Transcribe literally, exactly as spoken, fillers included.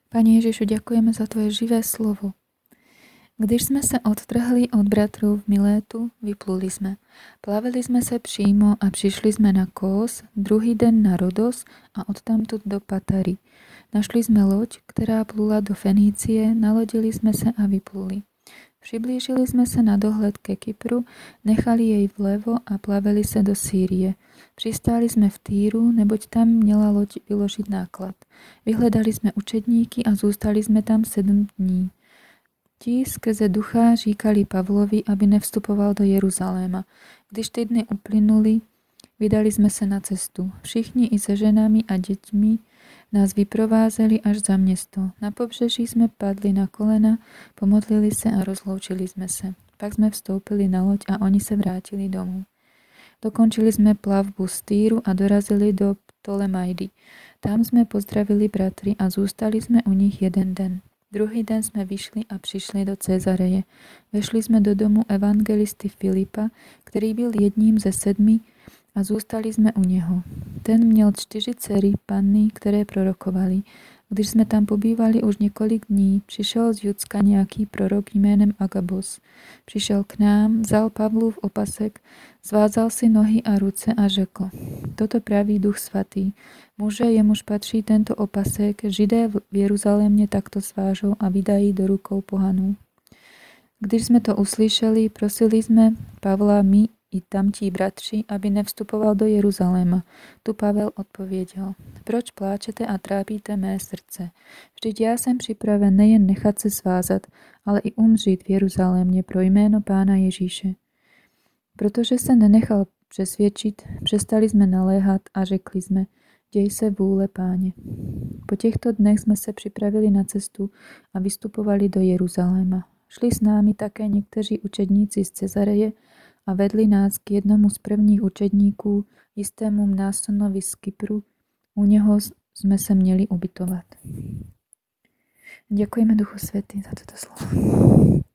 Pane Ježišu, ďakujeme za Tvoje živé slovo. Když jsme se odtrhli od bratrů v Milétu, vypluli jsme. Plavili jsme se přímo a přišli jsme na Kós, druhý den na Rodos a odtamtud do Patary. Našli jsme loď, která plula do Fenície, nalodili jsme se a vypluli. Přiblížili jsme se na dohled ke Kypru, nechali jej vlevo a plavili se do Sýrie. Přistáli jsme v Týru, neboť tam měla loď vyložit náklad. Vyhledali jsme učedníky a zůstali jsme tam sedm dní. Ti skrze ducha říkali Pavlovi, aby nevstupoval do Jeruzaléma. Když ty dny uplynuli, vydali jsme se na cestu. Všichni i se ženami a děťmi nás vyprovázeli až za město. Na pobřeží jsme padli na kolena, pomodlili se a rozloučili jsme se. Pak jsme vstoupili na loď a oni se vrátili domů. Dokončili jsme plavbu z Týru a dorazili do Ptolemaidy. Tam jsme pozdravili bratry a zůstali jsme u nich jeden den. Druhý den jsme vyšli a přišli do Cezareje. Vešli jsme do domu evangelisty Filipa, který byl jedním ze sedmi, a zůstali jsme u něho. Ten měl čtyři dcery, panny, které prorokovali. Když jsme tam pobývali už několik dní, přišel z Judska nějaký prorok jménem Agabos. Přišel k nám, vzal Pavlův opasek, zvázal si nohy a ruce a řekl: Toto praví Duch Svatý. Muže, jemuž patří tento opasek, Židé v Jeruzalémě takto svážou a vydají do rukou pohanů. Když jsme to uslyšeli, prosili jsme Pavla my i tamtí bratři, aby nevstupoval do Jeruzaléma. Tu Pavel odpověděl: Proč pláčete a trápíte mé srdce? Vždyť já jsem připraven nejen nechat se svázat, ale i umřít v Jeruzalémě pro jméno Pána Ježíše. Protože se nenechal přesvědčit, přestali jsme naléhat a řekli jsme: Děj se vůle, Páně. Po těchto dnech jsme se připravili na cestu a vystupovali do Jeruzaléma. Šli s námi také někteří učedníci z Cezareje a vedli nás k jednomu z prvních učedníků, jistému Mnásonovi z Kypru. U něho jsme se měli ubytovat. Děkujeme Duchu Svätý za toto slovo.